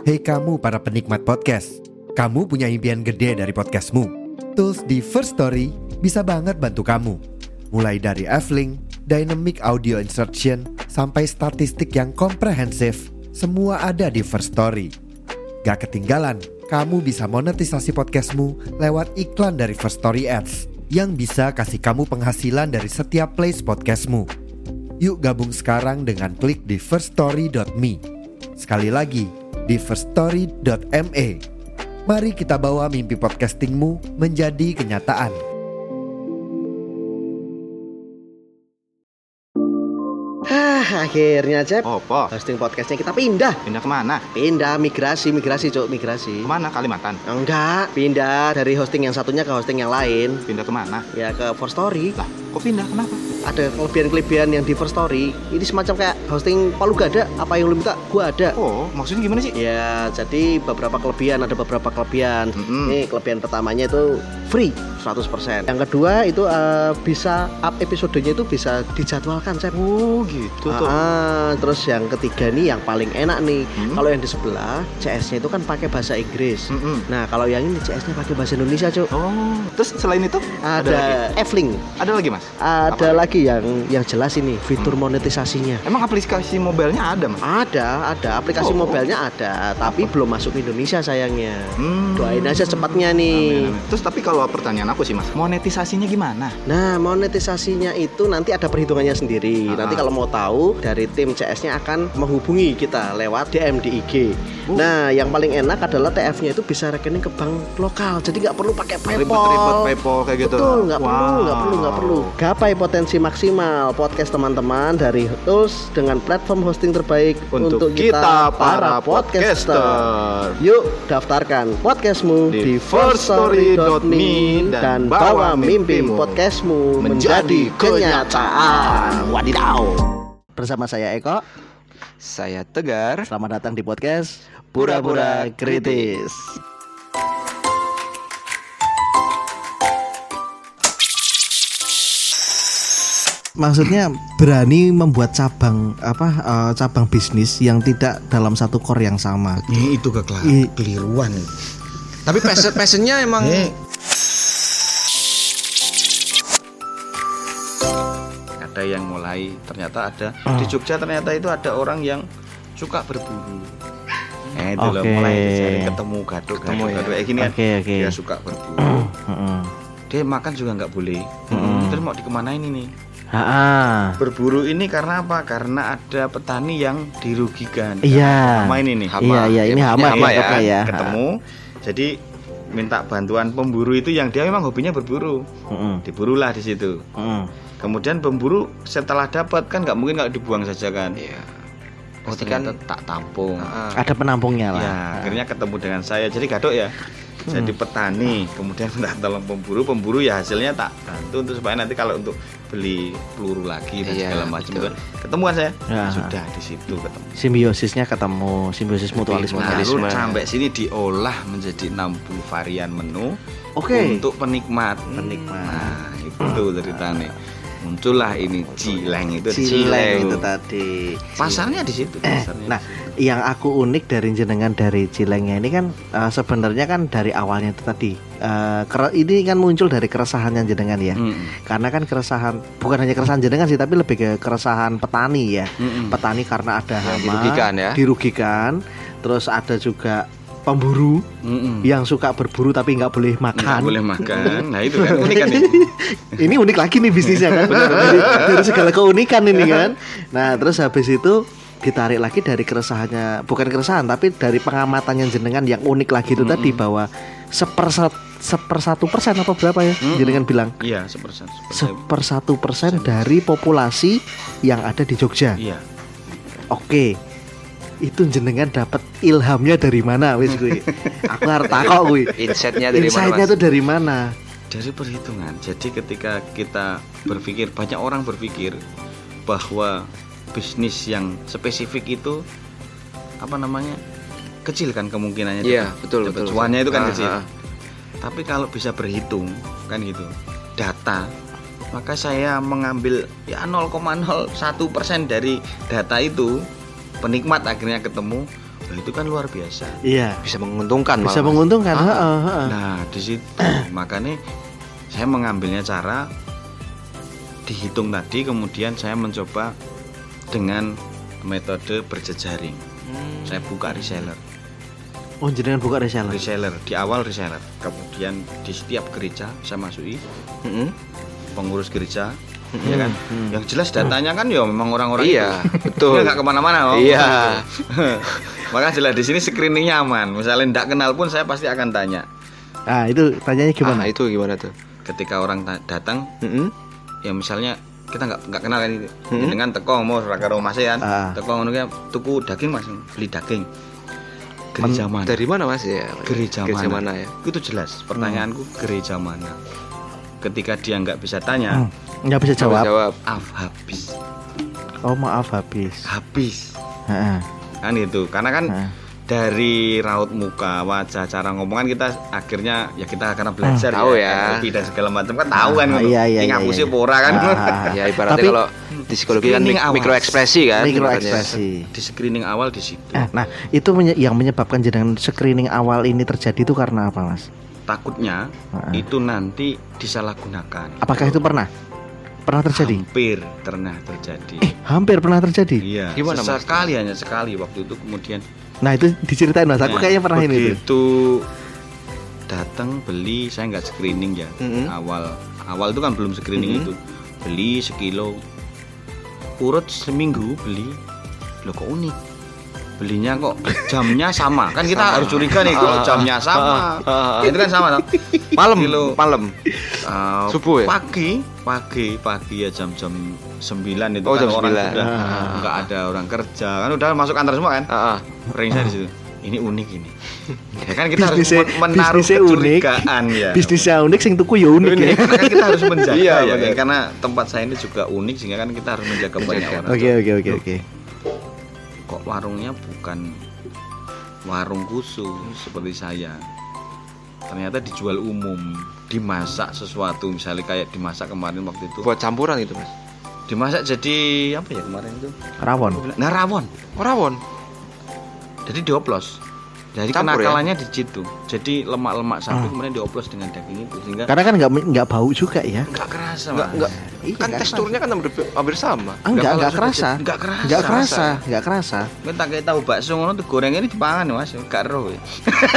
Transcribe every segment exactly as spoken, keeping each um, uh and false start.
Hei kamu para penikmat podcast, kamu punya impian gede dari podcastmu. Tools di First Story bisa banget bantu kamu. Mulai dari F-Link, Dynamic Audio Insertion, sampai statistik yang komprehensif, semua ada di First Story. Gak ketinggalan, kamu bisa monetisasi podcastmu lewat iklan dari First Story Ads yang bisa kasih kamu penghasilan dari setiap plays podcastmu. Yuk gabung sekarang dengan klik di first story dot me. Sekali lagi, di first story dot me. Mari kita bawa mimpi podcastingmu menjadi kenyataan. Hah, akhirnya Cep. Opo? Hosting podcastnya kita pindah. Pindah kemana? Pindah, migrasi, migrasi Cuk, migrasi. Kemana? Kalimantan? Enggak, pindah dari hosting yang satunya ke hosting yang lain. Pindah kemana? Ya ke First Story. Lah, kok pindah? Kenapa? Ada kelebihan-kelebihan yang di First Story. Ini semacam kayak hosting Palu Gada. Apa yang lu minta, gua ada. Oh, maksudnya gimana sih? Ya, jadi beberapa kelebihan, ada beberapa kelebihan. Mm-hmm. Ini kelebihan pertamanya itu free seratus persen. Yang kedua itu uh, bisa up episodenya itu bisa dijadwalkan, Cep. Oh, gitu tuh. Ah, terus yang ketiga nih yang paling enak nih. Hmm? Kalau yang di sebelah C S-nya itu kan pakai bahasa Inggris. Mm-mm. Nah, kalau yang ini C S-nya pakai bahasa Indonesia, Cuk. Oh, terus selain itu Ada, lagi? F-Link. Ada lagi, Mas? Ada Apa? lagi yang yang jelas ini fitur monetisasinya. Emang aplikasi mobilenya ada, Mas? Ada, ada aplikasi Oh. mobilenya ada, tapi belum masuk ke Indonesia sayangnya. Hmm. Doain aja cepatnya nih. Amin, amin. Terus tapi kalau pertanyaan aku sih, Mas, monetisasinya gimana? Nah, monetisasinya itu nanti ada perhitungannya sendiri. Ah. Nanti kalau mau tahu, dari tim C S-nya akan menghubungi kita lewat D M di I G. Oh. Nah, yang paling enak adalah T F-nya itu bisa rekening ke bank lokal. Jadi nggak perlu pakai PayPal. Ribet-ribet PayPal kayak gitu. Betul, nggak Wow. perlu, nggak perlu, nggak perlu. Gapai potensi maksimal podcast teman-teman dari Tools dengan platform hosting terbaik Untuk, untuk, kita para podcaster. Yuk daftarkan podcastmu Di di first story dot me dan bawa mimpi podcastmu menjadi kenyataan. Wadidaw. Bersama saya Eko. Saya Tegar. Selamat datang di podcast Pura-Pura Kritis. Maksudnya berani membuat cabang apa uh, cabang bisnis yang tidak dalam satu core yang sama. Ini itu kekeliruan. I- Keliruan. Tapi passion passionnya emang Eh. Ada yang mulai, ternyata ada di Jogja, ternyata itu ada orang yang suka berburu. Eh, itu loh, Oke. mulai dicari ketemu gaduh Ketemu gaduh ya. gaduh kayak gini kan. Oke, oke. Dia suka berburu. Heeh. Dia makan juga nggak boleh. Mm-mm. Terus mau dikemanain ini? Ah. Berburu ini karena apa? Karena ada petani yang dirugikan. Iya. Hama ini nih. Iya, iya, ini hama Hama ya, dianggapnya ya. ketemu. Jadi minta bantuan pemburu itu yang dia memang hobinya berburu. Heeh. Diburulah di situ. Heeh. Kemudian pemburu setelah dapat kan nggak mungkin nggak dibuang saja kan. Iya. Oh, Pasti kan- ternyata tak tampung. Ah, Ada penampungnya lah. Ya, akhirnya ketemu dengan saya. Jadi gadok ya. Jadi petani, kemudian minta tolong pemburu, pemburu ya hasilnya tak bantu untuk supaya nanti kalau untuk beli peluru lagi dan Iya, segala macam betul. kan. Ketemuan saya. Ya. Sudah di situ ketemu. Simbiosisnya ketemu, simbiosis mutualisme. Lalu Mutualisme. sampai sini diolah menjadi enam puluh varian menu Oke. untuk penikmat. Penikmat. Nah, itu ceritanya. Muncullah ini Cileng itu di Cileng Cileng. itu tadi. Pasarnya di situ, pasarnya. Nah, yang aku unik dari jenengan dari Cilengnya ini kan uh, sebenarnya kan dari awalnya itu tadi uh, kere- ini kan muncul dari keresahannya jenengan ya. Mm-mm. Karena kan keresahan bukan hanya keresahan jenengan sih, tapi lebih ke keresahan petani ya. Mm-mm. Petani karena ada Yang hama, dirugikan ya. dirugikan. Terus ada juga pemburu Mm-mm. yang suka berburu tapi nggak boleh Nggak makan. boleh makan. Nah, itu kan unik kan ini. Ini unik lagi nih bisnisnya kan. dari, dari segala keunikan ini kan. Nah, terus habis itu ditarik lagi dari keresahannya, bukan keresahan tapi dari pengamatannya jenengan yang unik lagi itu Mm-mm. tadi bahwa sepersat sepersatu persen apa berapa ya Mm-mm. jenengan bilang Iya, sepersen. sepersatu persen dari populasi yang ada di Jogja. Iya. Oke, itu jenengan dapat ilhamnya dari mana wis gue? Aku harus takok gue. insight-nya dari mana, Insight-nya Mas? tuh dari mana? Dari perhitungan. Jadi ketika kita berpikir, banyak orang berpikir bahwa bisnis yang spesifik itu apa namanya? Kecil kan kemungkinannya. Iya, dapat- betul, dapat betul. cuannya itu kan Ah, kecil. ah. Tapi kalau bisa berhitung kan gitu. Data, maka saya mengambil ya nol koma nol satu persen dari data itu, penikmat akhirnya ketemu. Nah, itu kan luar biasa. Iya. Bisa menguntungkan Bisa malah. menguntungkan. Ah. Heeh, heeh. Nah, di situ makanya saya mengambilnya cara dihitung tadi, kemudian saya mencoba dengan metode berjejaring. Hmm. Saya buka reseller. Oh, jenengan buka reseller. Reseller di awal reseller, kemudian di setiap gereja saya masuki Mm-mm. pengurus gereja, Mm-mm. ya kan. Hmm. Yang jelas datanya kan ya memang orang-orang Iya, itu. betul. Dia nggak kemana-mana. Oh. Iya. Maka jelas di sini screeningnya aman. Misalnya tidak kenal pun saya pasti akan tanya. Ah, itu tanyanya gimana? Ah, itu gimana tuh? Ketika orang ta- datang, Mm-mm. ya misalnya kita nggak nggak kenal kan itu, Hmm. dengan teko mau karo mas kan, Ah. teko ngono ki tuku daging mas, beli daging. Gereja mana? Dari mana Mas ya? Gereja, Gereja mana? mana ya? Itu jelas. Pertanyaanku gereja mana? Ketika dia nggak bisa tanya, Hmm, nggak bisa jawab. Jawab. af habis, Oh, maaf habis. habis. Heeh. Kan itu. Karena kan Heeh. dari raut muka, wajah, cara ngomong kan kita akhirnya ya kita karena belajar Tahu ya. N L P dan segala macam kan tahu kan. Ah, ngono. iya, iya, Ini iya, ngapusi iya. apa ora kan. Ah. Ya ibaratnya Tapi- kalau di psikologi kan Screening mik- awal. mikroekspresi kan. Mikro ibaratnya. ekspresi. Di screening awal di situ. Eh, nah, itu menye- yang menyebabkan jenengan screening awal ini terjadi itu karena apa, Mas? Takutnya Heeh. itu nanti disalahgunakan. Apakah itu pernah? Pernah terjadi? Hampir pernah terjadi. Eh, hampir pernah terjadi. Iya. Gimana, Mas? Sekali hanya sekali waktu itu kemudian. Nah, itu diceritain, Mas. Aku Nah, kayaknya pernah ini tuh. begitu datang beli, saya nggak screening ya. Mm-mm. Awal awal itu kan belum screening Mm-mm. itu. Beli sekilo. Urut seminggu beli. Loh kok unik. Belinya kok jamnya sama. Kan kita Sama. harus curiga nih kalau Ah, jamnya sama. ah, ah, ah. Itu kan sama toh. Malam, Kilo. malam. Uh, Subuh ya? Pagi, pagi, pagi ya jam-jam sembilan itu Oh, kan jam orang sembilan. sudah Ah. nggak ada orang kerja kan udah masuk kantor semua kan. Ah, ah. Ring saya di situ. Ini unik ini. Ya kan kita harus Bisnisnya- men- menaruh bisnisnya unik. kecurigaan ya. Bisnisnya unik, sing tuku ya unik ya. Karena kan kita harus menjaga Iya, ya. benar. Karena tempat saya ini juga unik sehingga kan kita harus menjaga banyak Menjaga. orang. Oke, oke, oke, oke. Kok warungnya bukan warung khusus seperti saya. Ternyata dijual umum, dimasak sesuatu misalnya kayak dimasak kemarin waktu itu. Buat campuran gitu Mas. Dimasak jadi apa ya kemarin itu? Rawon. Nah, rawon. Oh, rawon. Jadi dioplos. Jadi Campur ya? kenakalannya di situ. Jadi lemak-lemak sapi Ah. kemudian dioplos dengan daging itu sehingga Karena kan nggak nggak bau juga ya. nggak kerasa. Enggak, Mas. enggak. Iya, Kan nggak teksturnya kan hampir, hampir sama. Ah, Enggak, kalau enggak sudah kerasa. jadi- nggak kerasa. Enggak kerasa, enggak kerasa. Kita kayak tahu bakso ngono tuh goreng ini dipangan Mas, gak roh ya.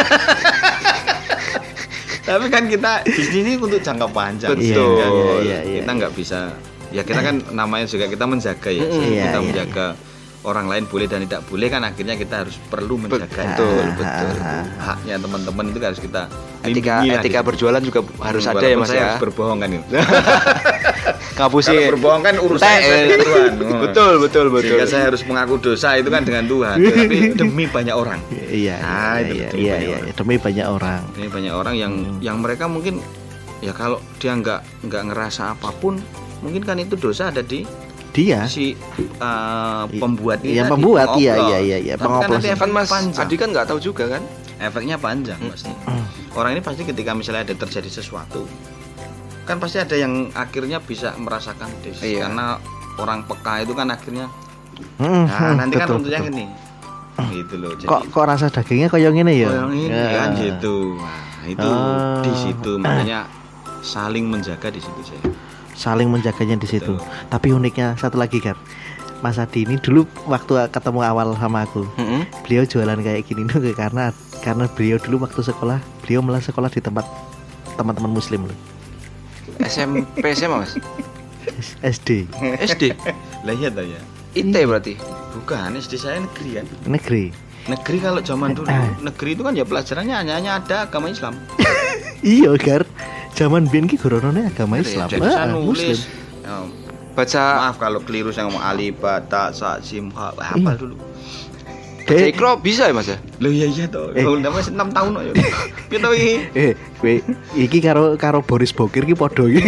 Tapi kan kita bisnis ini untuk jangka panjang. Betul. Sehingga Iya, iya, iya, kita iya. nggak bisa. Ya kita kan namanya juga kita menjaga ya. Mm-mm. Kita Iya, iya, menjaga orang lain boleh dan tidak boleh kan akhirnya kita harus perlu menjaga Betul, itu. betul. Haknya teman-teman itu harus kita Etika lindungi lah etika gitu. berjualan juga harus ada ya Walaupun Mas saya ya. harus berbohong kan itu. Ngapusi. Kalau berbohong kan urusannya Teh, dengan Tuhan. Betul, betul, betul. Sehingga saya harus mengaku dosa itu kan dengan Tuhan, tapi demi banyak orang. Iya, Ah, itu iya, demi iya, banyak iya, orang. demi banyak orang. Ini banyak orang yang Hmm. yang mereka mungkin ya kalau dia nggak nggak ngerasa apapun, mungkin kan itu dosa ada di Dia si uh, pembuat ini. Yang tadi, pembuat, iya, pengoplos. iya, iya, iya, Tapi kan pengoplos. nanti Kan efek Mas panjang. Adi kan nggak tahu juga kan? Efeknya panjang pasti. Orang ini pasti ketika misalnya ada terjadi sesuatu, kan pasti ada yang akhirnya bisa merasakan des. Iya. Karena orang peka itu kan akhirnya. Hmm, Nah, hmm, nanti kan betul, tentunya betul. gini. Gitu loh. Jadi Kok kok rasa dagingnya kayak gini ya? oh, yang ini Ya. kan gitu. Nah, itu Oh. di situ makanya saling menjaga di situ saya. Saling menjaganya di situ. Betul. Tapi uniknya satu lagi kan, Mas Adi ini dulu waktu ketemu awal sama aku, Mm-mm. beliau jualan kayak gini tuh karena karena beliau dulu waktu sekolah, beliau malah sekolah di tempat teman-teman Muslim loh, S M P S M A Mas. S D S D. Lah iya toh ya. I T berarti. Bukan, S D saya negeri kan. negeri. Negeri kalau zaman dulu, Ah. negeri itu kan ya pelajarannya hanya hanya ada agama Islam. Iya gar, zaman biyen ki goronone agama Islam, Jadi Ah, saya Muslim. nulis. Ya, Baca maaf kalau keliru saya ngomong alif, ba, ta, sa, sim, ha. Wah, hafal dulu. baca Eh, ikro bisa ya Mas ya? Loh iya iya toh. Eh. Kalau namanya enam tahun kok ya. Piye to iki? eh, kowe iki karo karo Boris Bokir ki padha iki.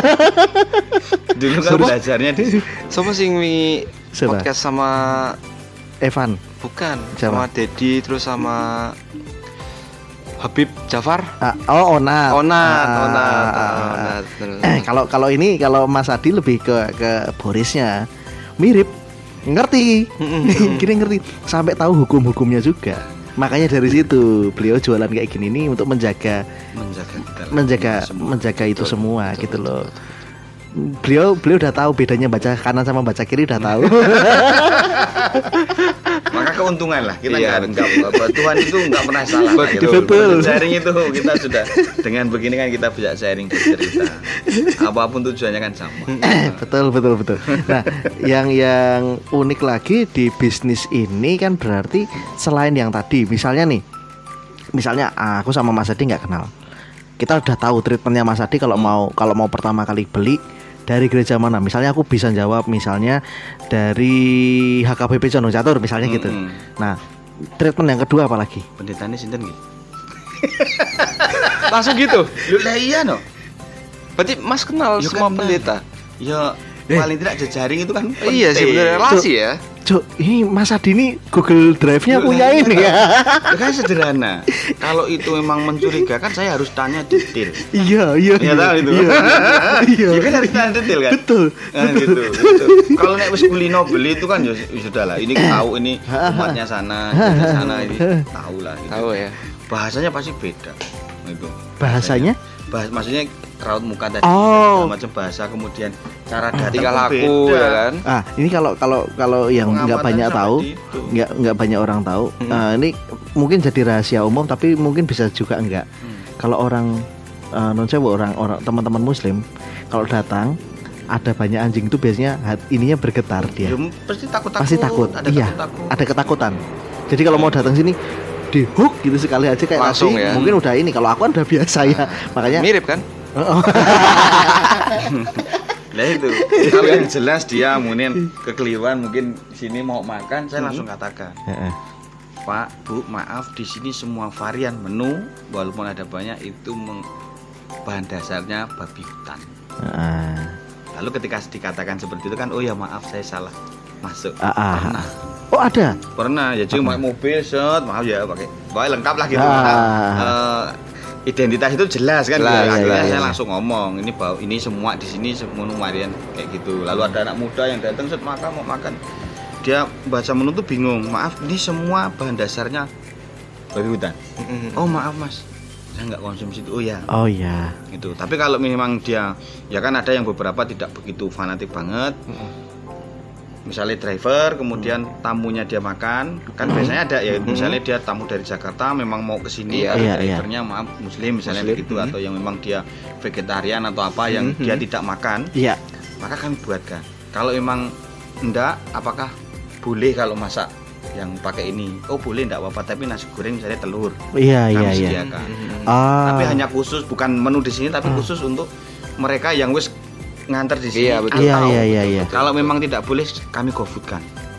Dulu kan belajarnya di Sopo sing mi Siapa? podcast sama Evan, bukan Siapa? sama Dedi terus sama Habib Jafar. ah, oh Onat, Onat, Ah, Onat, ah, ah. Onat, terus. Eh, kalau kalau ini kalau Mas Adi lebih ke ke Borisnya mirip ngerti. Kini ngerti sampai tahu hukum-hukumnya juga. Makanya dari situ beliau jualan kayak gini nih untuk menjaga menjaga kita lah. menjaga Semua. menjaga itu Betul, semua betul, gitu betul, loh. betul. Beliau beliau udah tahu bedanya baca kanan sama baca kiri udah tahu. Maka keuntungan lah kita Iya, nggak nggak Tuhan itu nggak pernah salah lah, gitu. Betul. Sharing itu kita sudah dengan begini kan kita bisa sharing cerita apapun tujuannya kan sama. betul betul betul. Nah, yang yang unik lagi di bisnis ini kan berarti selain yang tadi, misalnya nih, misalnya aku sama Mas Adi nggak kenal, kita udah tahu treatmentnya Mas Adi kalau mau kalau mau pertama kali beli dari gereja mana. Misalnya aku bisa jawab misalnya dari H K B P Condong Catur misalnya gitu. Mm-mm. Nah, treatment yang kedua apa lagi? Pendetanya sinten gitu. Langsung gitu. Lu lah iya no. Berarti Mas kenal Ya semua kenal. pendeta. Ya Eh. paling tidak jejaring itu kan penting. Iya sih benar relasi ya. Cuk, ini Mas Adi ini Google Drive-nya punya ini ya. Ya kan sederhana. Kalau itu memang mencurigakan saya harus tanya detail. Iya, iya. Ya tahu itu. Iya. Iya. Ya kan harus tanya detail kan. Betul. Nah, gitu, gitu. Kalau nek wis kulino beli itu kan ya sudah lah. Ini tahu ini umatnya sana, gereja sana ini tahu lah. Gitu. Tahu ya. Bahasanya pasti beda. Itu. Bahasanya? Bahas, maksudnya raut muka tadi, Oh. macam bahasa, kemudian cara datang Tingkah pun laku beda. ya kan. Ah, ini kalau kalau kalau yang nggak Pengamatan banyak seperti tahu, itu. nggak nggak banyak orang tahu. Hmm. Ah, ini mungkin jadi rahasia umum, tapi mungkin bisa juga enggak. Hmm. Kalau orang uh, non sewu orang orang teman-teman Muslim, kalau datang ada banyak anjing itu biasanya hat- ininya bergetar dia. Ya, pasti takut-takut. Pasti takut. Ada Iya, takut-takut. ada ketakutan. Jadi kalau mau datang sini di hook gitu sekali aja kayak Langsung tadi, ya. mungkin udah ini. Kalau aku kan udah biasa ya, makanya. Mirip kan? Nah itu, kalau yang jelas dia mungkin kekeliruan, mungkin sini mau makan, saya langsung katakan, Heeh. Pak, Bu, maaf di sini semua varian menu, walaupun ada banyak itu meng- bahan dasarnya babi hutan. Heeh. Lalu ketika dikatakan seperti itu kan, oh ya maaf saya salah masuk. Ah, ah. Pernah, Oh ada. pernah ya cuma mobil set, maaf ya pakai, pokoknya lengkap lah gitu. Ah. Eh, identitas itu jelas kan, Jelas, gitu. Akhirnya iya, saya iya. langsung ngomong ini bau ini semua di sini semua varian kayak gitu. Lalu ada anak muda yang datang set makan mau makan, dia baca menu tuh bingung, maaf ini semua bahan dasarnya babi hutan. Oh maaf mas, saya nggak konsumsi itu. Oh ya Oh ya. gitu. Tapi kalau memang dia ya kan ada yang beberapa tidak begitu fanatik banget. Misalnya driver, kemudian tamunya dia makan, kan biasanya ada ya. Misalnya dia tamu dari Jakarta, memang mau ke sini, Iya, ada iya, iya. drivernya maaf Muslim misalnya Muslim, begitu, mhm. atau yang memang dia vegetarian atau apa yang Mhm. dia tidak makan, Iya. maka kami buatkan. Kalau memang enggak, apakah boleh kalau masak yang pakai ini? Oh boleh, enggak apa-apa. Tapi nasi goreng misalnya telur, Iya kami iya iya. sediakan. Ah. Tapi hanya khusus, bukan menu di sini, tapi Ah. khusus untuk mereka yang wis nganter di sini. Iya, betul. Iya Atau iya iya iya. kalau memang tidak boleh, kami gofoodkan.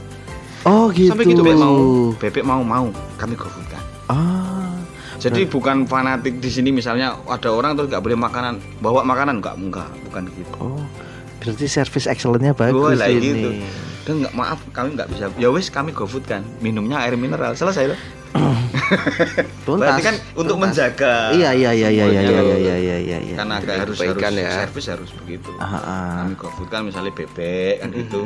Oh gitu. Sampai gitu bebek mau, bebek mau mau, kami gofoodkan. Ah. Jadi bukan fanatik di sini misalnya ada orang terus nggak boleh makanan, bawa makanan nggak, enggak, bukan gitu. Oh. Berarti service excellent-nya bagus Oh, lah, ini. gitu. Dan nggak, maaf kami nggak bisa. Ya wis kami gofoodkan. Minumnya air mineral, selesai loh. Tuntas. Berarti kan untuk menjaga. Iya iya iya iya iya semuanya. iya iya iya iya iya. Kan agak harus harus Kebaikan ya. servis harus begitu. Ah, ah. Kami gofoodkan misalnya bebek kan gitu.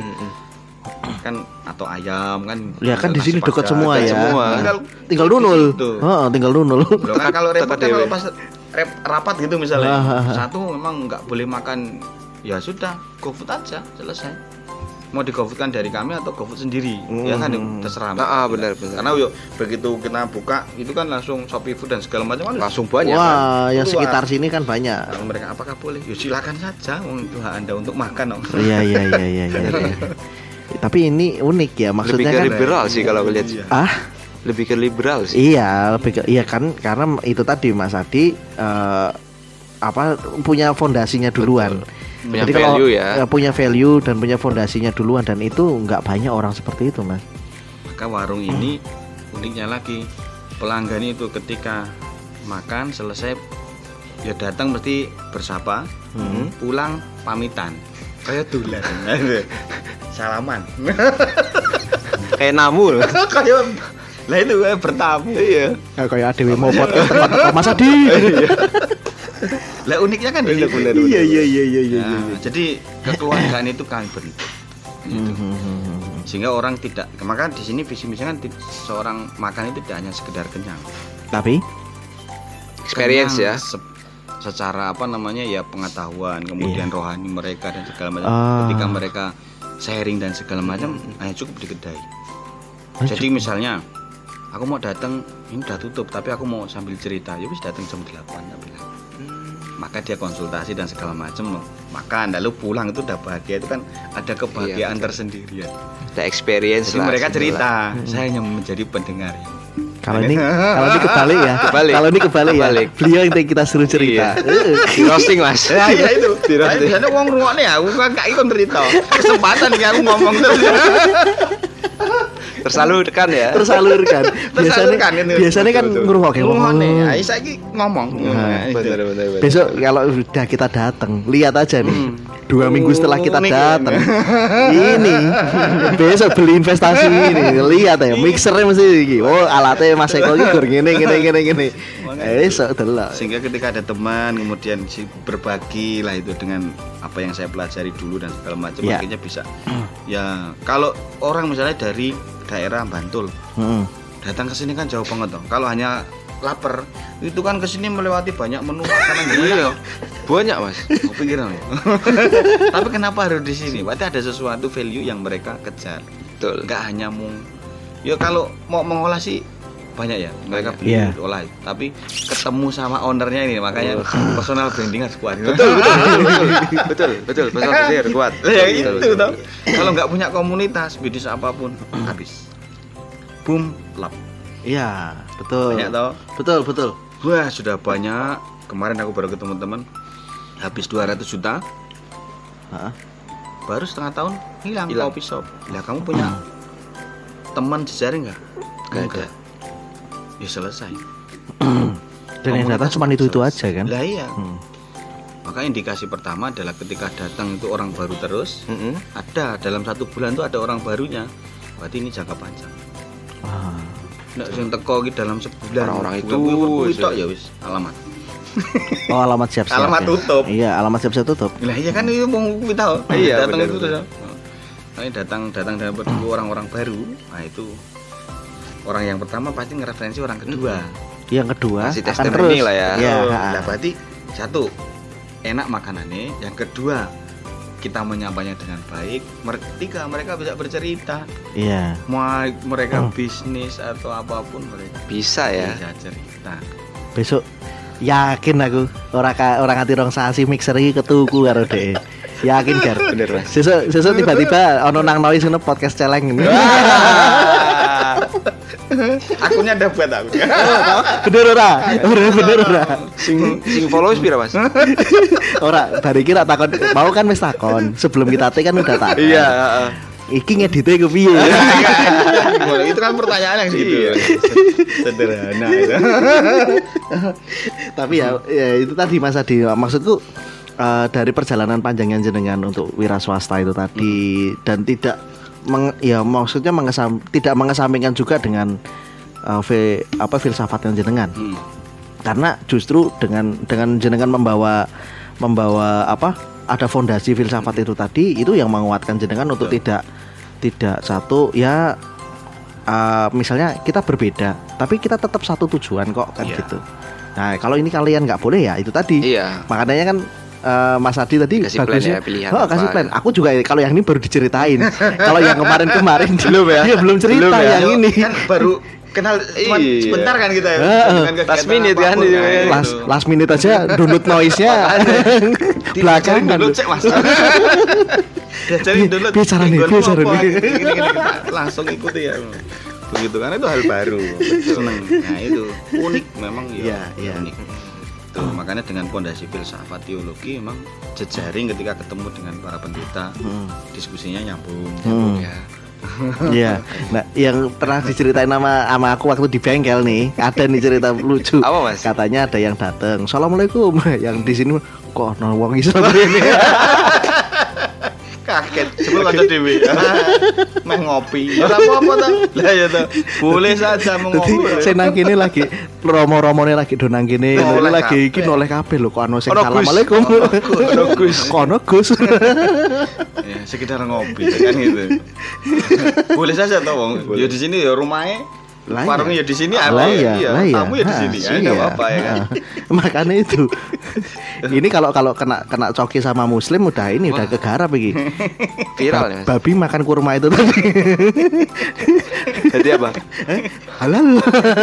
Kan atau ayam kan. Ya kan di nasi sini dekat padang, semua dekat ya. semua. Tinggal Tinggal nunul. gitu. Heeh, tinggal nunul. Loh, kan kalau repot kan Dewe. kalau pas rep, rapat gitu misalnya Ah. satu memang nggak boleh makan, ya sudah GoFood aja selesai. Mau di GoFood kan dari kami atau GoFood sendiri, ya kan Hmm. terserah. Ah, ah, benar, benar. Karena yuk begitu kita buka itu kan langsung Shopee Food dan segala macam kan Langsung banyak kan? Wah, yang Keluar. sekitar sini kan banyak. Nah, mereka apakah boleh? Ya silakan saja, wong itu hak Anda untuk makan. Om. Iya iya iya iya iya. iya. Tapi ini unik ya, Lebih maksudnya ke kan. liberal sih kalau lihat. Iya. Ah, Lebih ke liberal sih. iya, lebih ke, iya kan karena itu tadi Mas Adi eh, apa punya fondasinya duluan. Punya Jadi kalau value ya. eh, punya value dan punya fondasinya duluan dan itu nggak banyak orang seperti itu, Mas. Maka warung ini uniknya lagi pelanggan itu ketika makan selesai ya datang mesti bersapa, Hmm. pulang pamitan kayak tulen salaman Kayak namu. kayak lah itu kayak bertamu. Iya. Ya, kayak Adewi mau podcast tempat toko Mas Adi. Lah uniknya kan di situ. Iya iya iya iya iya. Nah, jadi kekeluargaan itu kami bentuk gitu. Sehingga orang tidak, maka di sini visi misi kan seorang makan itu tidak hanya sekedar kenyang, tapi experience kenyang ya. se- secara apa namanya ya pengetahuan, kemudian rohani mereka dan segala macam. Ah. Ketika mereka sharing dan segala macam, hanya cukup di kedai. Jadi misalnya aku mau datang, ini udah tutup, tapi aku mau sambil cerita, ya wis datang jam delapan, tak bilang. Maka dia konsultasi dan segala macam loh. Makan lalu pulang itu udah bahagia, itu kan ada kebahagiaan Iya, tersendiri ya. Ada experience Jadi lah, mereka gitu cerita, lah. saya hanya menjadi pendengar. kalau ini kalau ini kebalik ya. Kebalik. Kalau ini kebalik, Kebalik. ya. Beliau yang kita suruh cerita. Di roasting mas. Ya iya itu. Di Tapi roasting. biasanya wong ngrungokne ya, aku kan gak ikut cerita. Kesempatan iki aku ngomong terus. Tersalurkan ya. Tersalurkan. Biasanya Tersalurkan ini. biasanya kan Betul, betul. ngrungokke wong. Ngrungokne. Ayo saiki ngomong. Nah, itu. Bener bener bener. Besok kalau udah kita datang, lihat aja nih. Dua minggu setelah kita Unik datang, ya. ini besok beli investasi ini, lihat ya, mixernya mesti iki. Oh, alatnya Mas Eko iki gur ngene ngene ngene ngene. Besok delok. Sehingga ketika ada teman kemudian si berbagi lah itu dengan apa yang saya pelajari dulu dan segala macam, Ya. akhirnya bisa. Ya kalau orang misalnya dari daerah Bantul Heeh. datang ke sini kan jauh banget toh. Kalau hanya lapar itu kan ke sini melewati banyak menu makanan Iya. Banyak mas. kepikiran ya. Tapi kenapa harus di sini? Berarti ada sesuatu value yang mereka kejar. Betul. Enggak hanya mung. Ya kalau mau mengolah sih banyak ya mereka beli Iya. olah. Tapi ketemu sama ownernya ini makanya personal branding harus kuat. Betul betul betul betul betul personal branding kuat. Ya Betul, itu betul, toh. betul. Kalau nggak punya komunitas bisnis apapun habis. Boom, lap. Iya, betul. Banyak toh. Betul, betul. Wah, sudah banyak. Kemarin aku baru ketemu teman habis dua ratus juta. Heeh. Baru setengah tahun hilang Hilang. kopi shop. Lah kamu punya teman jejaring nggak? Nggak Enggak. Ya selesai. Dan yang datang cuma itu-itu aja kan? Lah iya. Hmm. Maka indikasi pertama adalah ketika datang itu orang baru terus. Mm-mm. Ada dalam satu bulan tuh ada orang barunya. Berarti ini jangka panjang. Wah. Nek sing teko iki dalam sebulan. Orang-orang itu, Bulan-bulan itu so- ya wis alamat. Oh, alamat siap-siap. Alamat ya? tutup. Iya, alamat siap-siap tutup. Lah iya kan itu mau kita tahu. Iya, datang benar, itu benar. terus. Nah, datang datang dan bertemu orang-orang baru. Nah, itu orang yang pertama pasti ngereferensi orang kedua. Yang kedua Masih akan testimoni terus lah ya. Iya, Oh, ha-ha. nah, berarti satu enak makanannya, yang kedua kita menyapanya dengan baik, Mer- tiga mereka bisa bercerita, Iya. mau mereka Hmm. bisnis atau apapun mereka Bisa ya. bisa cerita. Besok yakin aku orang ka, orang ati rong sasi mixer iki ketuku karo dhek. Yakin gar. Bener mas. Sesuk sesuk tiba-tiba ono nang noise ngono podcast celeng ini. Akunnya ada buat aku. Bener ora? Bener bener ora? Sing sing follow pira mas? Ora, bari iki tak takon, mau kan wis takon. Sebelum kita take kan udah takon. Iya. heeh. Iki ngedite kepiye? Boleh, itu kan pertanyaan yang segitu. Iya. Sederhana itu. Tapi ya, ya itu tadi Mas Adi, maksudku eh, dari perjalanan panjangnya jenengan untuk wira swasta itu tadi dan tidak meng, ya maksudnya mengesam, tidak mengesampingkan juga dengan eh, fi- apa filsafat yang jenengan. Hmm. Karena justru dengan dengan jenengan membawa membawa apa ada fondasi filsafat itu tadi itu yang menguatkan jenengan untuk Betul. tidak tidak satu ya uh, misalnya kita berbeda tapi kita tetap satu tujuan kok kan Iya. gitu. Nah kalau ini kalian nggak boleh ya itu tadi. Iya. Makanya kan uh, Mas Adi tadi Kasih plan ya, pilihan oh, apa kasih plan. ya. Aku juga kalau yang ini baru diceritain. Kalau yang kemarin-kemarin Belum ya? Iya, belum cerita Belum ya? yang Yo, ini. kan baru kenal cuma Iya. sebentar kan kita ya. Heeh. Dengan kegiatan Last minute kan, apapun, iya, nah, iya. itu. last last minute aja download noise-nya Diajarin belakangan. dulu cek mas. Diajarin dulu. Piye caranya, tinggal piye apa, caranya. gini, gini, gini, gini. Langsung ikuti ya. Begitu kan itu hal baru. Seneng. Nah itu unik memang ya. Iya, iya. Unik. Tuh, makanya dengan pondasi filsafat teologi memang jejaring ketika ketemu dengan para pendeta Hmm. diskusinya nyambung, Hmm. nyambung ya. Iya. Nah, yang pernah diceritain sama sama aku waktu di bengkel nih, ada nih cerita lucu. Apa, Mas? Katanya ada yang datang, "Assalamualaikum." Yang di sini kok ono wong iso ini. Kaget, sebelum kanca dhewe. Meh ngopi. Ora apa-apa ta. Lah ya to. Boleh saja mengopi. Sing nang kene lagi romo-romone lagi do nang kene, Noleh lagi iki kabeh. noleh kabeh lho kok ono sing Ono Gus. assalamualaikum. Ono Gus. Kono Gus. Ya, sekedar ngopi kan gitu. Boleh saja toh wong. Ya di sini ya rumahnya. Lah Warungnya ya iya. di sini Lah ada. iya, Iya, lah iya. tamu ya di Ha, sini. Ya iya. enggak apa-apa ya kan. Ha. Makanya itu. Ini kalau kalau kena kena coki sama muslim udah ini udah kegarap iki. Viral ya Mas. Babi makan kurma itu tadi. Jadi apa? Halal.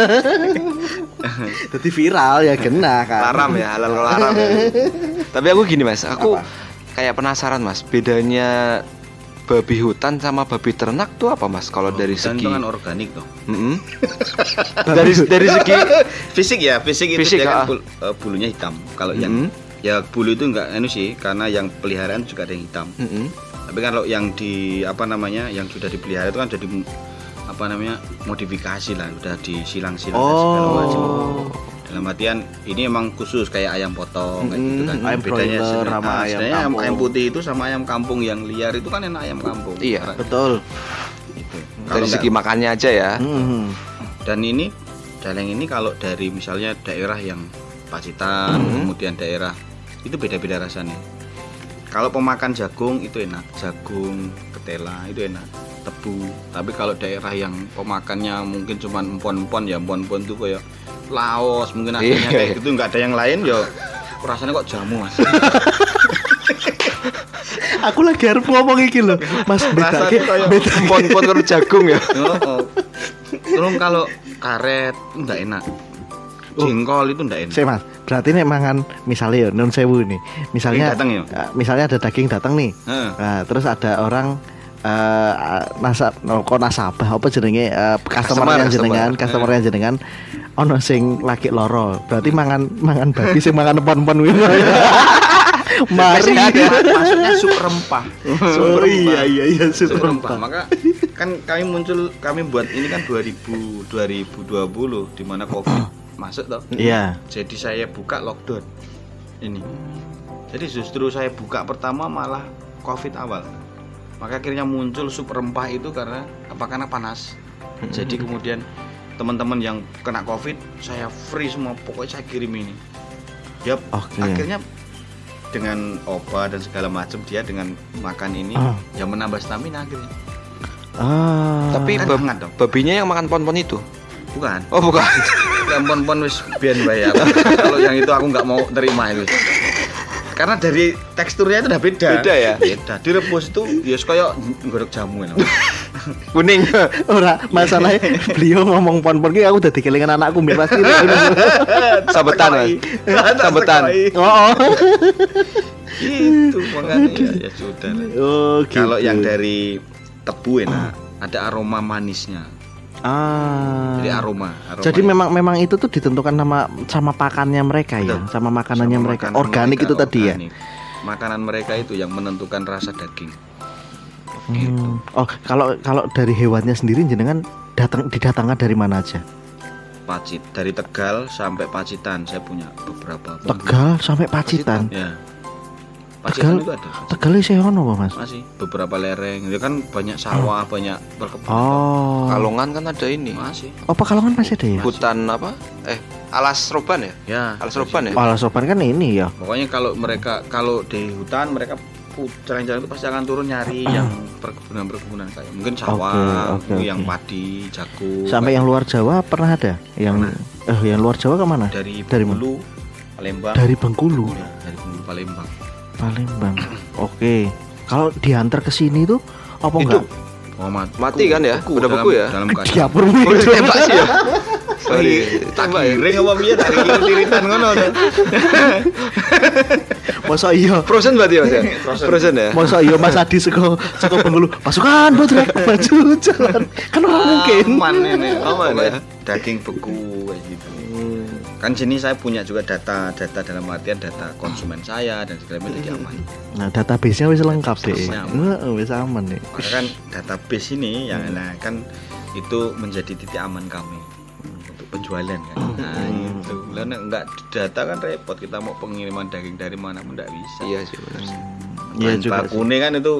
Jadi viral ya kena kan. Haram ya, halal kalau haram ya. Tapi aku gini Mas, aku Apa? kayak penasaran Mas, bedanya babi hutan sama babi ternak tuh apa Mas? Kalau dari Dan segi itu kan organik toh. Mm-mm. dari dari segi Fisik ya, fisik itu Fisik, dia kan ah. bul- eh, bulunya hitam. Kalau Mhm. yang ya bulu itu enggak anu sih, karena yang peliharaan juga ada yang hitam. Mm-mm. Tapi kalau yang di apa namanya, yang sudah dipelihara itu kan jadi apa namanya modifikasi lah, udah disilang-silang dan segala macam. Oh. Dalam artian ini emang khusus kayak ayam potong kayak gitu kan. Mm-mm. Ayam Bedanya broiler sebenarnya- sama ah, ayam sebenarnya ayam, kampung. ayam putih itu sama ayam kampung yang liar itu kan enak ayam kampung. Iya. Betul. Gitu. Kalau Dari enggak- segi makannya aja ya. Hmm. dan ini Jaleng ini kalau dari misalnya daerah yang Pacitan, Mhm. kemudian daerah itu beda-beda rasanya. Kalau pemakan jagung itu enak, jagung, ketela itu enak, tebu. Tapi kalau daerah yang pemakannya mungkin cuma empon-empon ya empon-empon itu kayak Laos mungkin akhirnya Iya. kayak gitu nggak ada yang lain ya rasanya kok jamu mas. Aku lagi harus ngomong iki loh. Mas beda Rasanya kayak beda. Pon-pon karo jagung ya. Oh, oh. Terus kalau karet nggak enak, jengkol itu nggak enak. Saya Mas, berarti nek mangan misalnya ya non sewu nih. Misalnya Daging datang ya? eh, misalnya ada daging datang nih. Heeh. Nah, terus ada orang eh nasab no, kok nasabah apa jenenge eh, customer yang jenengan, customer yang jenengan ono sing lagi loro. Berarti mangan mangan babi sing mangan pon-pon kuwi. Mari. Maksudnya sup rempah. Oh iya iya iya Sup super rempah. Maka kan kami muncul kami buat ini kan dua ribu dua puluh di mana Covid masuk toh. Iya. Jadi saya buka lockdown ini. Jadi justru saya buka pertama malah Covid awal. Maka akhirnya muncul sup rempah itu karena apa? Karena panas. Jadi kemudian teman-teman yang kena Covid saya free semua, pokoknya saya kirim ini. Dia Oke. akhirnya dengan obat dan segala macam dia dengan makan ini Ah. yang menambah stamina akhirnya. Ah. Tapi Kan bab- hangat dong. babinya yang makan pon-pon itu. Bukan. Oh bukan. Pon-pon wis biyen wae aku. Kalau yang itu aku nggak mau terima itu. Karena dari teksturnya itu udah beda. Beda ya? Beda. Direbus itu ya kayak nggodok jamu kan. Kuning. ora masalahnya beliau ngomong pon-pon ki aku dadi kelingan anakku mbek pasti. Sabetan Mas. Sabetan. Oh. Itu makanya ya, ya sudah lah. Oh, gitu. Kalau yang dari tebu enak, ada aroma manisnya. ah. Jadi aroma, aroma Jadi memang memang itu tuh ditentukan sama sama pakannya mereka ya, Betul. sama makanannya sama mereka. makanan Organik mereka, itu tadi ya. organik. Makanan mereka itu yang menentukan rasa daging. Hmm. Oh, kalau kalau dari hewannya sendiri jenengan datang didatangkan dari mana aja? Pacit dari Tegal sampai Pacitan saya punya beberapa. Tegal sampai Pacitan. Ya. Tegal- Pacitan itu ada. Tegal sih ono apa, Mas? Masih beberapa lereng. Itu kan banyak sawah, banyak perkebunan. Oh. Kalongan kan ada ini. Masih. Oh, Pekalongan masih ada ya? Hutan apa? Eh, alas roban ya? Ya. Alas roban ya? Malah sopan kan ini ya. Pokoknya kalau mereka kalau di hutan mereka pu- jalan-jalan itu pasti akan turun nyari yang perkebunan-perkebunan kayak mungkin sawah, Oke, oke, yang oke. padi, jagung. Sampai yang luar Jawa pernah ada? Yang eh yang luar Jawa kemana? dari dari mana? Bengkulu, Palembang. Dari Bengkulu, Ya, dari Bengkulu Palembang. Palembang. Oke. Kalau diantar ke sini tuh apa Hidup. enggak? Oh, mat- Mati kan ya? Udah dalam- beku ya? Dalam Ke keadaan. dapur Oh, itu. tembak sih ya? Sorry. Tak Tembak ya? giring apa piye tak tiritan ngono tuh. Masa iya? Frozen berarti Mas ya? Frozen ya? Masa iya Mas Adi seko seko Bengkulu. Pasukan bodrek maju jalan. Kan ora mungkin. Aman ini. Aman ya? Daging beku kayak gitu. Kan sini saya punya juga data data dalam artian data konsumen saya dan segala macam jadi aman. Nah, database-nya wis lengkap deh. Database-nya Heeh, wis aman nih. Maka kan database ini yang nah kan itu menjadi titik aman kami untuk penjualan kan. Nah, itu. Lah nek enggak data kan repot kita mau pengiriman daging dari mana pun enggak bisa. Iya sih benar sih. Iya Bahan juga. bakune kan itu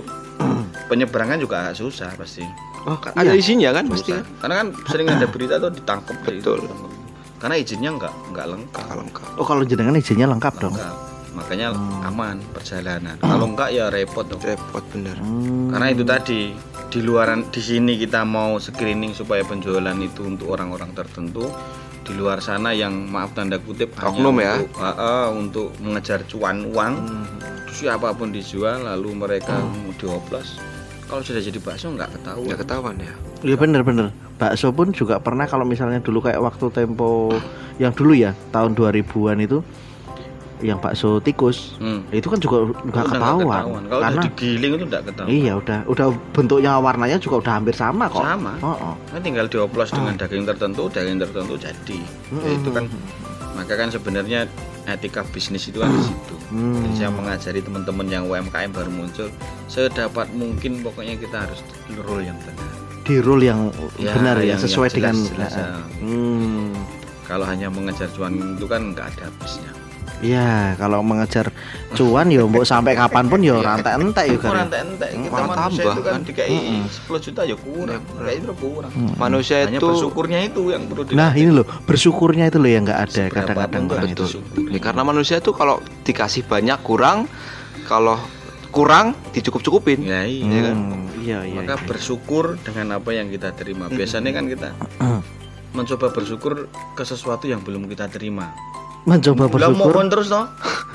penyeberangan juga agak susah pasti. Oh, ada iya. isinya kan pasti Susah. kan? Karena kan sering ada berita tuh ditangkap Betul. ditangkap. Karena izinnya nggak nggak lengkap. Kalau enggak. Oh, kalau jenengan izinnya lengkap dong. Lengkap. Makanya Hmm. aman perjalanan. Kalau enggak ya repot dong. Repot bener. Hmm. Karena itu tadi di luaran di sini kita mau screening supaya penjualan itu untuk orang-orang tertentu. Di luar sana yang maaf tanda kutip Oknum hanya ya? untuk, uh, uh, untuk mengejar cuan uang. Hmm. Siapapun dijual lalu mereka mau dioplos. Kalau sudah jadi bakso nggak ketahuan. Nggak ketahuan ya. Iya bener-bener. Bakso pun juga pernah kalau misalnya dulu kayak waktu tempo yang dulu ya tahun dua ribuan itu yang bakso tikus Hmm. itu kan juga nggak Udah ketahuan Kalau karena udah digiling itu nggak ketahuan. iya udah udah bentuknya warnanya juga udah hampir sama kok. Sama. Oh, oh. Kan tinggal dioplos dengan daging tertentu, daging tertentu jadi. Ya, itu kan maka kan sebenarnya etika bisnis itu kan di situ. Hmm. Jadi saya mengajari teman-teman yang U M K M baru muncul, sedapat mungkin pokoknya kita harus rule yang benar. Di rule yang Ya, benar ya yang- sesuai yang dengan jelas-jelas, ya. Hmm. Kalau hanya mengejar cuan itu kan nggak ada habisnya. Iya, kalau mengejar cuan ya mbok sampai kapanpun ya ora entek-entek ya kan. Kurang entek kita Malah manusia tambah, itu kan kan? dikai sepuluh juta ya kurang, kayak itu kurang. Manusia Hanya itu bersyukurnya itu yang perlu di Nah, ini loh, bersyukurnya itu loh yang nggak ada Seberapa kadang-kadang pun orang itu. betul. ya, karena manusia tuh kalau dikasih banyak kurang, kalau kurang dicukup-cukupin. Ya iya. Iya kan? Hmm, iya iya. Maka iya. bersyukur dengan apa yang kita terima. Biasanya kan kita mencoba bersyukur ke sesuatu yang belum kita terima. Mencoba Lah mau bersyukur. kon terus toh?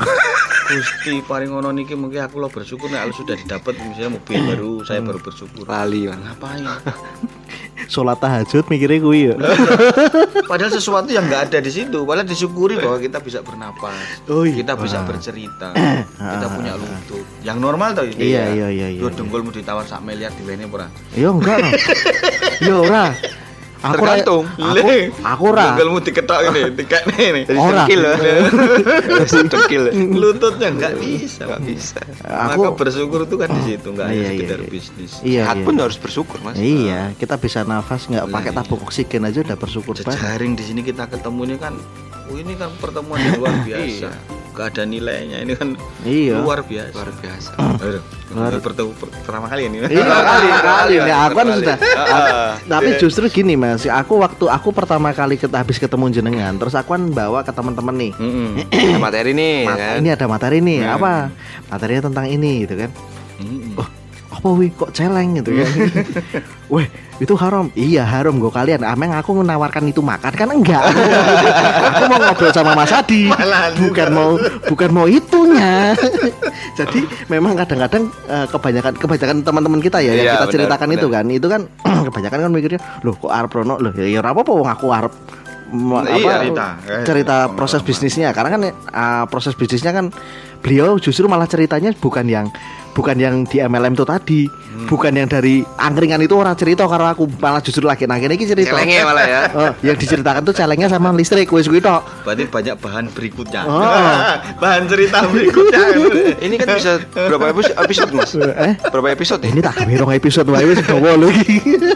Gusti paring ngono niki mungkin aku lo bersyukur nek sudah didapat misalnya mobil baru, saya baru bersyukur. Lali kan. Ngapain? Sholat tahajud mikirnya kuwi ya. Padahal sesuatu yang nggak ada di situ, padahal disyukuri bahwa kita bisa bernapas, Oh, iya. kita bisa Ah. bercerita, kita punya lutut. Yang normal toh. Iya, iya, iya, iya, Yo iya. dengkulmu ditawar sak miliar diwene ora? Ya enggak. no. Ya ora. Aku ra- Tergantung. Aku aku ora. Dengkulmu diketok ini, dikekne ini. Jadi Ora. dengkil ya. Dengkil. Lututnya nggak bisa. Nggak bisa. Aku- Maka bersyukur itu kan di situ, nggak hanya Iya, iya, sekedar iya. bisnis. Iya. Sehat iya. pun harus bersyukur, Mas. Iya, kita bisa nafas nggak pakai Iya. tabung oksigen aja udah bersyukur banget. Jejaring di sini kita ketemunya kan, oh ini kan pertemuan yang luar biasa. Gak ada nilainya, ini kan Iya. luar biasa. Luar biasa. Aduh, Luar- bertemu per- pertama kali ini. Iya kali kali Iya, nih aku kan kali. sudah. Ah, Tapi justru gini Mas, aku waktu aku pertama kali ket, habis ketemu jenengan, terus aku kan bawa ke teman-teman nih. Mm-mm. Ada materi nih, Mat- kan? Ini ada materi nih, Nah. apa? Materinya tentang ini gitu kan. Mm-mm. Apa wih kok celeng gitu kan. Weh, itu haram. Iya, haram gue kalian. Ameng aku menawarkan itu makan kan enggak. Aku mau ngobrol sama Mas Adi. Malah Bukan mau bukan mau itunya. Jadi memang kadang-kadang eh, kebanyakan kebanyakan teman-teman kita ya yang Iya, kita benar, ceritakan benar. itu kan. Itu kan kebanyakan kan mikirnya, "Loh, kok arep rono? Loh, ya ora apa-apa wong aku arep m- Iya, apa cerita. cerita Eh, proses pengalaman. bisnisnya karena kan uh, proses bisnisnya kan beliau justru malah ceritanya bukan yang bukan yang di M L M itu tadi, bukan yang dari angkringan itu orang cerita karena aku malah justru lagi nang kene iki cerita. Celengnya malah ya. Oh, yang diceritakan tuh celengnya sama listrik wis kuwi tok. Berarti banyak bahan berikutnya. Oh. Bahan cerita berikutnya. Ini kan bisa berapa episode, episode Mas? Eh, Berapa episode nih? ini tak gawe rong episode wae wis dawa lho iki.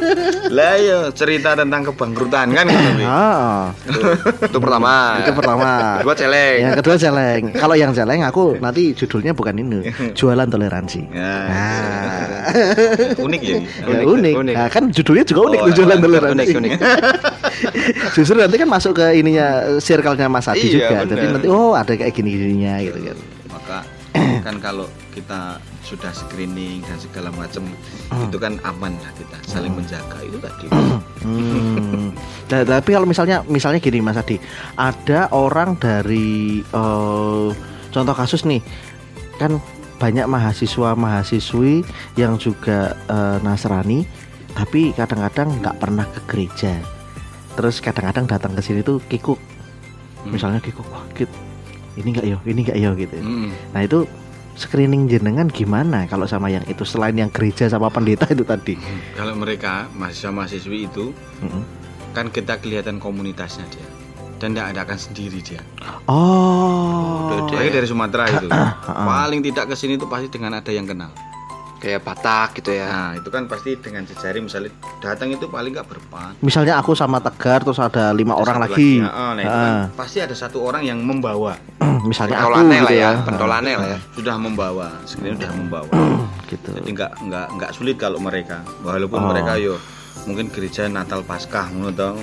Lah ya cerita tentang kebangkrutan kan gitu. Heeh. Itu pertama. Itu pertama. Kedua celeng. Yang kedua celeng. Kalau yang celeng aku nanti judulnya bukan ini, jualan toleransi. Nah, Nah. unik ya. Ya, Unik, unik. unik. Nah, kan judulnya juga unik Oh, tuh, jualan toleransi. Unik, unik. Justru nanti kan masuk ke ininya circle-nya Mas Adi Iya, juga. benar. Jadi nanti oh ada kayak gini-gininya gitu kan. Maka kan kalau kita sudah screening dan segala macam itu kan aman lah kita saling menjaga itu tadi. Hmm. Nah, tapi kalau misalnya misalnya gini Mas Adi, ada orang dari eh, contoh kasus nih, kan banyak mahasiswa mahasiswi yang juga eh, Nasrani, tapi kadang-kadang nggak pernah ke gereja. Terus kadang-kadang datang ke sini tuh kikuk, misalnya kikuk, wah kit, ini nggak yo, ini nggak yo gitu. Mm. Nah itu screening jenengan gimana kalau sama yang itu selain yang gereja sama pendeta itu tadi? Kalau mereka mahasiswa-mahasiswi itu Mm-mm. kan kita kelihatan komunitasnya dia dan tidak ada akan sendiri dia. Oh, Apalagi dari Sumatera itu. Paling tidak ke sini itu pasti dengan ada yang kenal. Kayak Batak gitu ya. Nah, itu kan pasti dengan jejaring misalnya datang itu paling nggak berempat. misalnya aku sama Tegar terus ada lima Ada orang satu lagi, Ya, oh, nah, itu kan pasti ada satu orang yang membawa, misalnya aku Pentolane gitu lah ya, ya. pentolane lah ya. sudah membawa, sebenarnya sudah membawa. gitu. Jadi nggak nggak nggak sulit kalau mereka, walaupun Oh. mereka yo mungkin gereja Natal Paskah ngono to.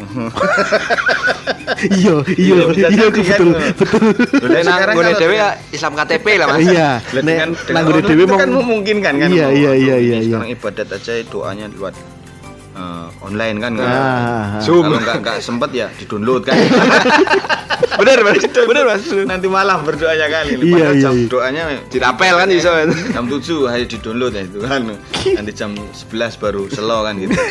Iya, iya, Iya, bisa iya jadi kan. betul, betul. Lah Nang sekarang gone kalau dhewe dia- ya Islam K T P lah Mas. Iya, Lah, nek dengan dengan nang gone online dhewe itu mau kan memungkinkan kan. Iya, Oh, iya, iya, aduh, iya, ini iya. Sekarang ibadat aja doanya lewat eh, online kan. kan? Ah, Zoom. Kalau nggak nggak sempet ya di-download kan. Bener Mas. Bener Mas. Nanti malam berdoanya kali. Iya, Padahal iya, jam iya. doanya Dirapel kan bisa. jam tujuh ayo di-download ya itu kan. Nanti jam sebelas baru slow kan gitu.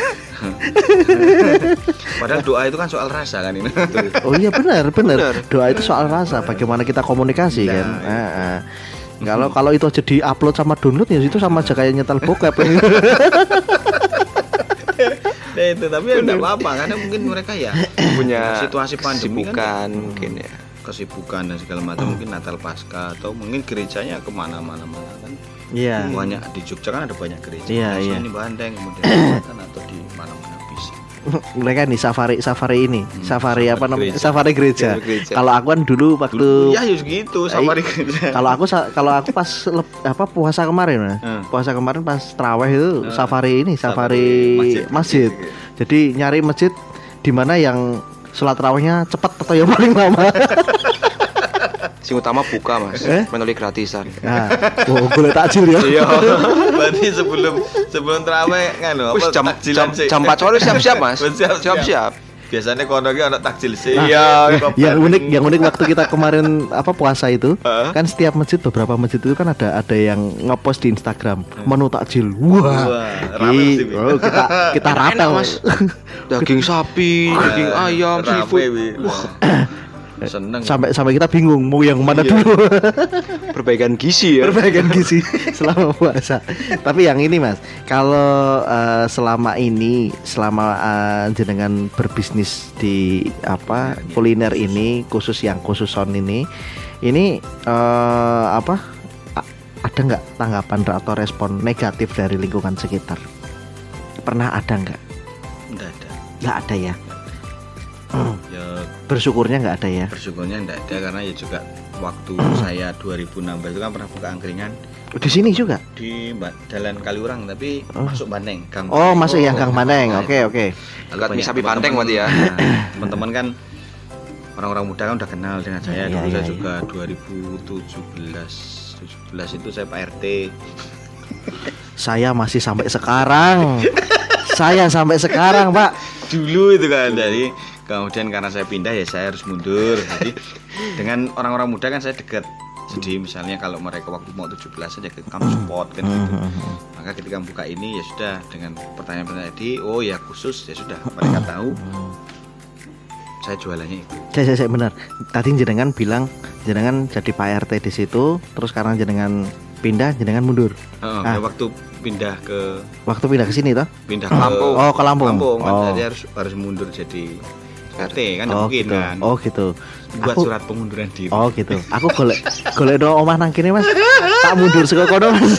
Padahal doa itu kan soal rasa kan ini. Oh iya benar, benar. Benar. Doa itu soal rasa, bagaimana kita komunikasi Nah, kan. iya. Ah, ah. Kalau kalau itu aja di-upload sama download ya itu sama aja kayak nyetel bokep. Nah, itu tapi ya enggak apa-apa karena mungkin mereka ya Punya situasi pandemi kan kesibukan mungkin ya. kesibukan dan segala macam mungkin Natal Paskah atau mungkin gerejanya kemana-mana mana kan Iya. banyak di Jogja kan ada banyak gereja. Iya, Nah, iya. sini Bandeng kemudian di Selatan atau di mana-mana bisa. Mereka nih safari safari ini, Hmm, safari apa safari namanya? gereja. Safari gereja. Safari gereja. Kalau aku kan dulu waktu Dulu, ya ya gitu safari Eh, gereja. kalau aku sa- kalau aku pas lep- apa puasa kemarin, Mas. Hmm. Puasa kemarin pas traweh itu Hmm. safari ini, Safari safari masjid. masjid. Jadi nyari masjid di mana yang sholat rawehnya cepat atau yang paling lama. Sing utama buka Mas. Eh? Menolak gratisan. Nah, oh, boleh takjil ya. Iya. Berarti sebelum sebelum terawih kan apa Wis jam takjilan jam sih. jam empat sore siap-siap Mas. Siap-siap. Siap-siap. Biasanya kono ki ana takjil sih. Nah, Iya. yang unik yang unik waktu kita kemarin apa puasa itu Heeh. kan setiap masjid beberapa masjid itu kan ada ada yang ngepost di Instagram menu takjil. Wah, Wah, rame Ih, mesti, Wi. oh, kita kita Enak, rapel Mas. Daging sapi, daging ayam, Rame, seafood. Wi. Seneng. sampai sampai kita bingung mau yang mana Iya. dulu. Perbaikan gizi ya. Perbaikan gizi selama puasa. Tapi yang ini Mas, kalau eh, selama ini selama eh, jenengan berbisnis di apa kuliner ini khusus yang khusus sound ini, ini eh, apa a- ada nggak tanggapan atau respon negatif dari lingkungan sekitar? Pernah ada nggak? Enggak ada. Nggak ada ya. Ya Bersyukurnya nggak ada ya. bersyukurnya enggak ada karena ya juga waktu saya dua ribu enam belas itu kan pernah buka angkringan Di sini juga. di Ba- Jalan Kaliurang tapi Oh. masuk Bandeng. Gang Oh, Bandeng. masuk yang Gang Bandeng. Nah, Oke, oke. Lalu Dekat banyak Misapi teman-teman- Banteng berarti ya. Nah, teman-teman kan orang-orang muda kan udah kenal dengan saya. Iya, Dulu iya, saya iya. juga dua ribu tujuh belas tujuh belas itu saya Pak R T. Saya masih sampai sekarang. Saya sampai sekarang, Pak. Dulu itu kan dari kemudian karena saya pindah ya saya harus mundur. Jadi dengan orang-orang muda kan saya dekat. Jadi misalnya kalau mereka waktu mau tujuh belas saja ke kamu support kan gitu. Maka ketika buka ini ya sudah dengan pertanyaan-pertanyaan tadi, oh ya khusus ya sudah mereka tahu saya jualannya itu. Saya, saya, saya benar. Tadi jenengan bilang jenengan jadi Pak R T di situ, terus sekarang jenengan pindah, jenengan mundur. Oh, Ah. ya waktu pindah ke Waktu pindah ke sini toh? pindah ke Lampung. Oh, ke Lampung. Lampung kan Oh. jadi harus harus mundur jadi R T kan nggak Oh mungkin gitu. kan. Oh gitu. Buat Aku- surat pengunduran diri. Oh gitu. Aku golek golek do omah nang kene Mas. Tak mundur saka kono Mas.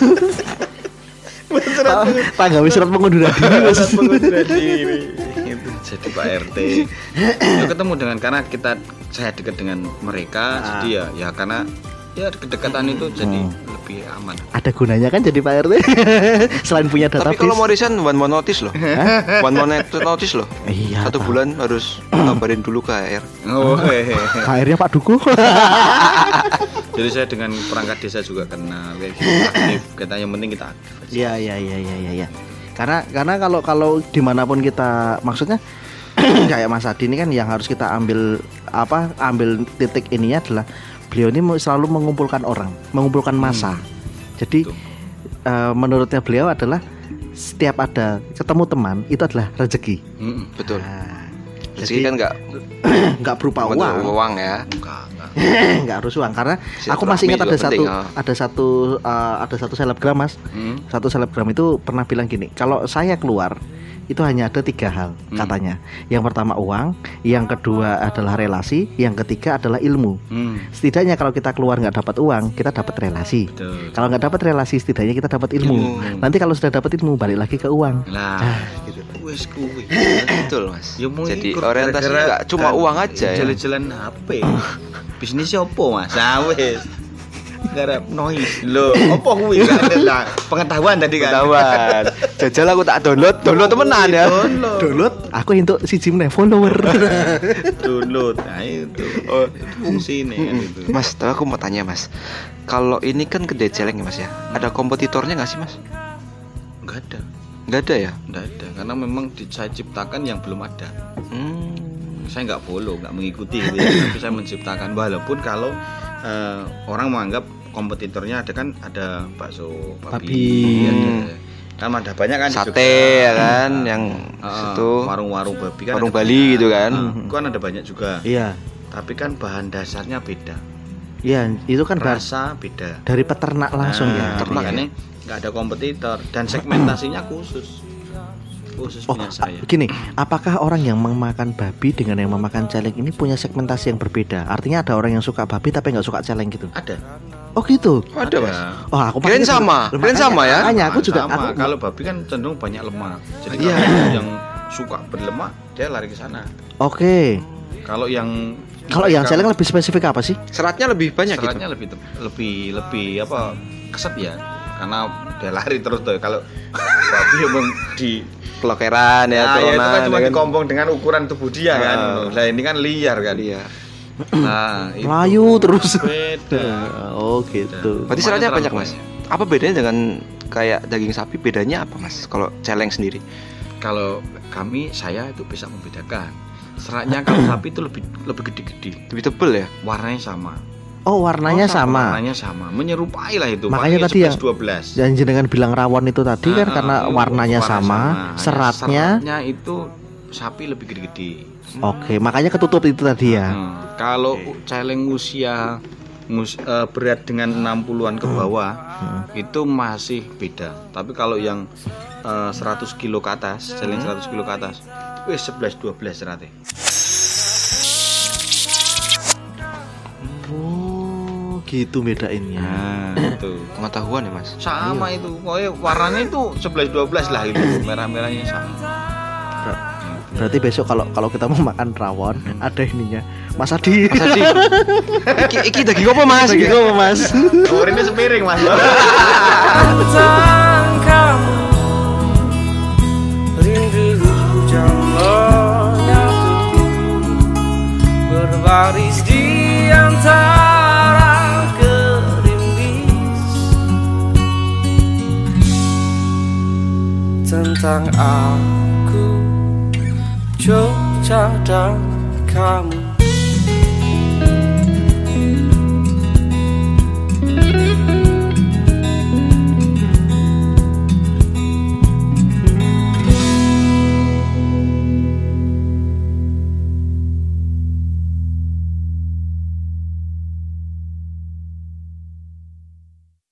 Tak tak gawe surat pengunduran diri Mas. Surat pengunduran diri. Itu jadi Pak R T. Ya ketemu dengan karena kita saya dekat dengan mereka Ah. jadi ya ya karena ya kedekatan itu jadi lebih aman. Ada gunanya kan jadi Pak R T. Selain punya Tapi database. kalau mau resign one more notice loh. One more notice loh. Iya. Satu Pak. bulan harus kabarin dulu ke H R. Oh, hehehe. Akhirnya Pak Duku. Jadi saya dengan perangkat desa juga kenal kayak gitu, aktif. Kita yang penting kita aktif aja. Iya iya iya iya iya. Ya. Karena karena kalau kalau dimanapun kita maksudnya kayak Mas Adi ini kan yang harus kita ambil apa ambil titik ininya adalah beliau ini mau selalu mengumpulkan orang, mengumpulkan massa. Jadi Betul. eh, menurutnya beliau adalah setiap ada ketemu teman itu adalah rezeki. Mm-mm. Betul. Nah, Jadi jadi kan nggak nggak berupa bentuk uang, uang ya. Enggak, enggak. nggak harus uang karena Silaturahmi aku masih ingat juga ada penting, satu ah. ada satu eh, ada satu selebgram Mas. Hmm. Satu selebgram itu pernah bilang gini, kalau saya keluar itu hanya ada tiga hal Hmm. katanya. Yang pertama uang, yang kedua adalah relasi, yang ketiga adalah ilmu. Hmm. Setidaknya kalau kita keluar nggak dapat uang, kita dapat relasi. Betul. Kalau nggak dapat relasi, setidaknya kita dapat ilmu. Ilmu. Nanti kalau sudah dapat ilmu, balik lagi ke uang. Lah, Ah, gitu. wes kuwi. Betul mas. Ya mau Jadi ikut orientasinya gara-gara nggak cuma kan uang aja ya. Jalan-jalan H P. Bisnisnya opo Mas? Ah wes. Gara noise. Loh, apa kuwi gak ada lah. Pengetahuan tadi kan. Pengetahuan. Jajal aku tak download, download temenan ya. Download. Download, aku untuk siji meneh follower. Download. Nah itu. Oh, fungsi ini kan itu. Mas, tapi aku mau tanya Mas. Kalau ini kan kedai celeng ya Mas ya. Ada kompetitornya nggak sih Mas? Enggak ada. Nggak ada ya? Enggak ada karena memang di, saya ciptakan yang belum ada. Hmm. Saya nggak follow, nggak mengikuti gitu ya. Tapi saya menciptakan walaupun kalau uh, orang menganggap kompetitornya ada kan ada bakso babi, Babi. ada kan ada banyak kan Sate juga. ya kan Nah, yang uh, situ warung-warung babi kan warung ada Bali banyak. gitu kan. Uh, kan ada banyak juga. Iya. Tapi kan bahan dasarnya beda. Iya, itu kan bahas Rasa beda. dari peternak langsung Nah, ya. ternak makanya nggak ada kompetitor dan segmentasinya khusus. Khusus Oh, punya saya. gini, apakah orang yang memakan babi dengan yang memakan celeng ini punya segmentasi yang berbeda? Artinya ada orang yang suka babi tapi nggak suka celeng gitu? Ada. Oh gitu. Oh, ada Mas. Oh aku Kirain makanya- sama, kirain sama ya? Makanya aku juga sama. aku Kalau babi kan cenderung banyak lemak. Jadi Iya. kalau yang suka berlemak dia lari ke sana. Oke. Kalau yang Kalau yang celeng lebih spesifik apa sih? Seratnya lebih banyak gitu. seratnya lebih te- lebih lebih apa keset ya. Karena dia lari terus tuh. Kalau babi memang di Kelokeran ya, nah, ya itu kan turunan, cuma ya kan. dikompong dengan ukuran tubuh dia kan. Ah. Nah, ini kan liar kan. Iya. Nah, itu Melayu terus. beda. Oh gitu. Berarti Lumayan seratnya terlalu banyak Mas. Apa bedanya dengan kayak daging sapi? Bedanya apa Mas? Kalau celeng sendiri? Kalau kami saya itu bisa membedakan. Seratnya kalau sapi itu lebih lebih gede-gede. Lebih tebel ya? Warnanya sama. Oh warnanya sama. Warnanya sama, menyerupai lah itu. Makanya tadi yang- dua belas. Dan jenengan bilang rawon itu tadi kan karena warnanya sama, seratnya. Seratnya itu sapi lebih gede-gede. Oke, makanya ketutup itu tadi ya. Hmm, Kalau celeng usia mus, eh, berat dengan enam puluhan ke bawah itu masih beda. Tapi kalau yang eh, seratus kilo ke atas, celeng seratus kilo ke atas, wis sebelas dua belas seratnya. Oh, gitu bedainnya. Nah, itu. Pengetahuan ya Mas. Sama itu. Pokoknya warnanya itu sebelas dua belas lah itu. Merah-merahnya sama. Berarti besok kalau kalau kita mau makan rawon ada ininya. Mas Adi. Mas Adi. iki, iki daging apa Mas? Lagi Gitu. ngomong Mas. Oh, ini sepiring Mas. Tentang kamu, rindu hujan menyatu, berbaris di antara gerimis. Tentang aku, Jogja dan kamu.